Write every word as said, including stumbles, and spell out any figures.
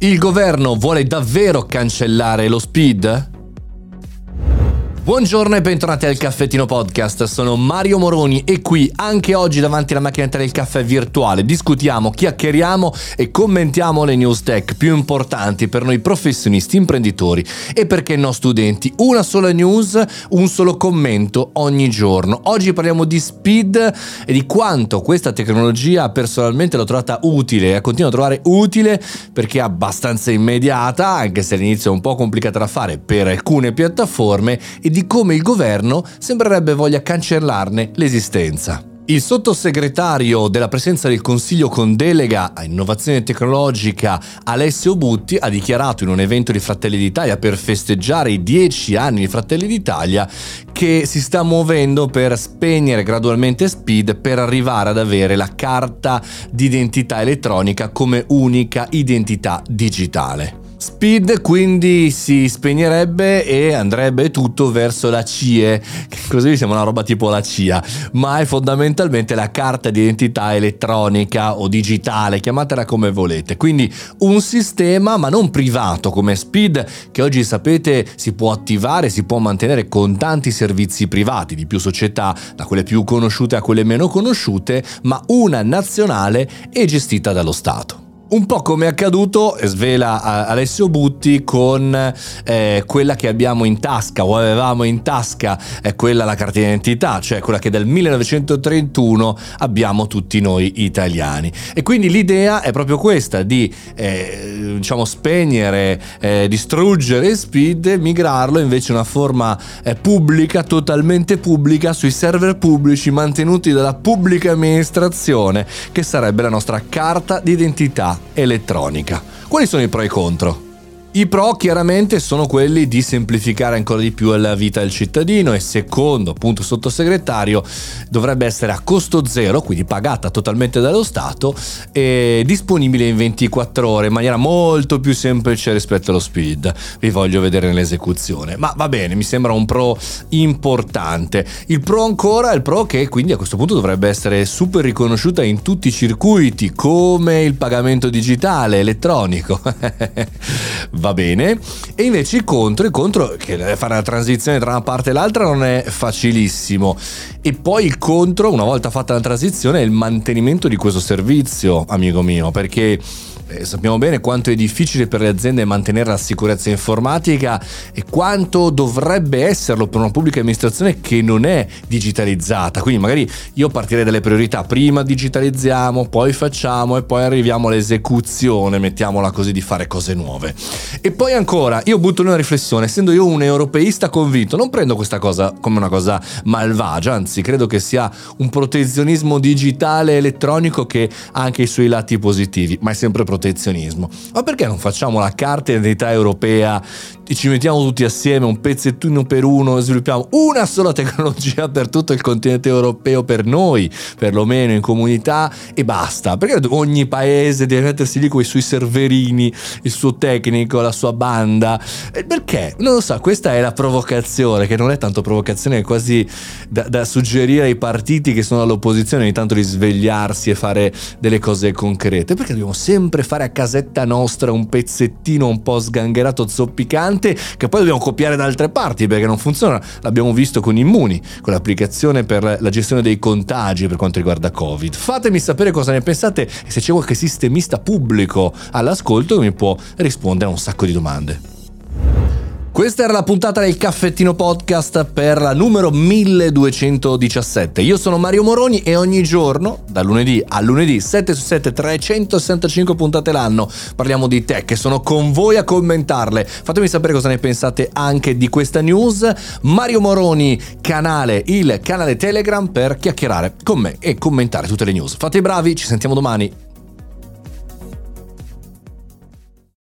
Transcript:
Il governo vuole davvero cancellare lo SPID? Buongiorno e bentornati al Caffettino Podcast, sono Mario Moroni e qui anche oggi davanti alla macchinetta del caffè virtuale discutiamo, chiacchieriamo e commentiamo le news tech più importanti per noi professionisti, imprenditori e perché no studenti. Una sola news, un solo commento ogni giorno. Oggi parliamo di SPID e di quanto questa tecnologia personalmente l'ho trovata utile e la continuo a trovare utile perché è abbastanza immediata, anche se all'inizio è un po' complicata da fare per alcune piattaforme, e di come il governo sembrerebbe voglia cancellarne l'esistenza. Il sottosegretario della Presidenza del Consiglio con delega a innovazione tecnologica Alessio Butti ha dichiarato in un evento di Fratelli d'Italia per festeggiare i dieci anni di Fratelli d'Italia che si sta muovendo per spegnere gradualmente SPID per arrivare ad avere la carta d'identità elettronica come unica identità digitale. SPID quindi si spegnerebbe e andrebbe tutto verso la C I E, che così sembra una roba tipo la C I A, ma è fondamentalmente la carta d'identità elettronica o digitale, chiamatela come volete. Quindi un sistema, ma non privato come SPID, che oggi sapete si può attivare, si può mantenere con tanti servizi privati di più società, da quelle più conosciute a quelle meno conosciute, ma una nazionale e gestita dallo Stato. Un po' come è accaduto, svela Alessio Butti, con eh, quella che abbiamo in tasca o avevamo in tasca, è quella la carta d'identità, cioè quella che dal millenovecentotrentuno abbiamo tutti noi italiani. E quindi l'idea è proprio questa, di eh, diciamo spegnere, eh, distruggere SPID, migrarlo invece in una forma eh, pubblica, totalmente pubblica, sui server pubblici mantenuti dalla pubblica amministrazione, che sarebbe la nostra carta d'identità elettronica. Quali sono i pro e i contro? I pro chiaramente sono quelli di semplificare ancora di più la vita del cittadino e, secondo appunto il sottosegretario, dovrebbe essere a costo zero, quindi pagata totalmente dallo Stato e disponibile in ventiquattro ore in maniera molto più semplice rispetto allo SPID. Vi voglio vedere nell'esecuzione, ma va bene, mi sembra un pro importante. Il pro ancora è il pro che quindi a questo punto dovrebbe essere super riconosciuta in tutti i circuiti, come il pagamento digitale elettronico. Va bene. E invece il contro, il contro che fare la transizione tra una parte e l'altra non è facilissimo. E poi il contro, una volta fatta la transizione, è il mantenimento di questo servizio, amico mio, perché eh, sappiamo bene quanto è difficile per le aziende mantenere la sicurezza informatica e quanto dovrebbe esserlo per una pubblica amministrazione che non è digitalizzata. Quindi magari io partirei dalle priorità: prima digitalizziamo, poi facciamo e poi arriviamo all'esecuzione, mettiamola così, di fare cose nuove. E poi ancora, io butto una riflessione: essendo io un europeista convinto, non prendo questa cosa come una cosa malvagia, anzi credo che sia un protezionismo digitale elettronico che ha anche i suoi lati positivi, ma è sempre protezionismo. Ma perché non facciamo la carta d'identità europea e ci mettiamo tutti assieme un pezzettino per uno e sviluppiamo una sola tecnologia per tutto il continente europeo, per noi perlomeno in comunità, e basta? Perché ogni paese deve mettersi lì con i suoi serverini, il suo tecnico, la sua banda? Perché? Non lo so, questa è la provocazione, che non è tanto provocazione, è quasi da, da suggerire ai partiti che sono all'opposizione ogni tanto di svegliarsi e fare delle cose concrete. Perché dobbiamo sempre fare a casetta nostra un pezzettino un po' sgangherato, zoppicante, che poi dobbiamo copiare da altre parti perché non funziona? L'abbiamo visto con Immuni, con l'applicazione per la gestione dei contagi per quanto riguarda Covid. Fatemi sapere cosa ne pensate e se c'è qualche sistemista pubblico all'ascolto che mi può rispondere a un sacco di domande. Questa era la puntata del Caffettino Podcast per la numero milleduecentodiciassette. Io sono Mario Moroni e ogni giorno, da lunedì a lunedì, sette su sette, trecentosessantacinque puntate l'anno, parliamo di tech e sono con voi a commentarle. Fatemi sapere cosa ne pensate anche di questa news. Mario Moroni, canale, il canale Telegram per chiacchierare con me e commentare tutte le news. Fate i bravi, ci sentiamo domani.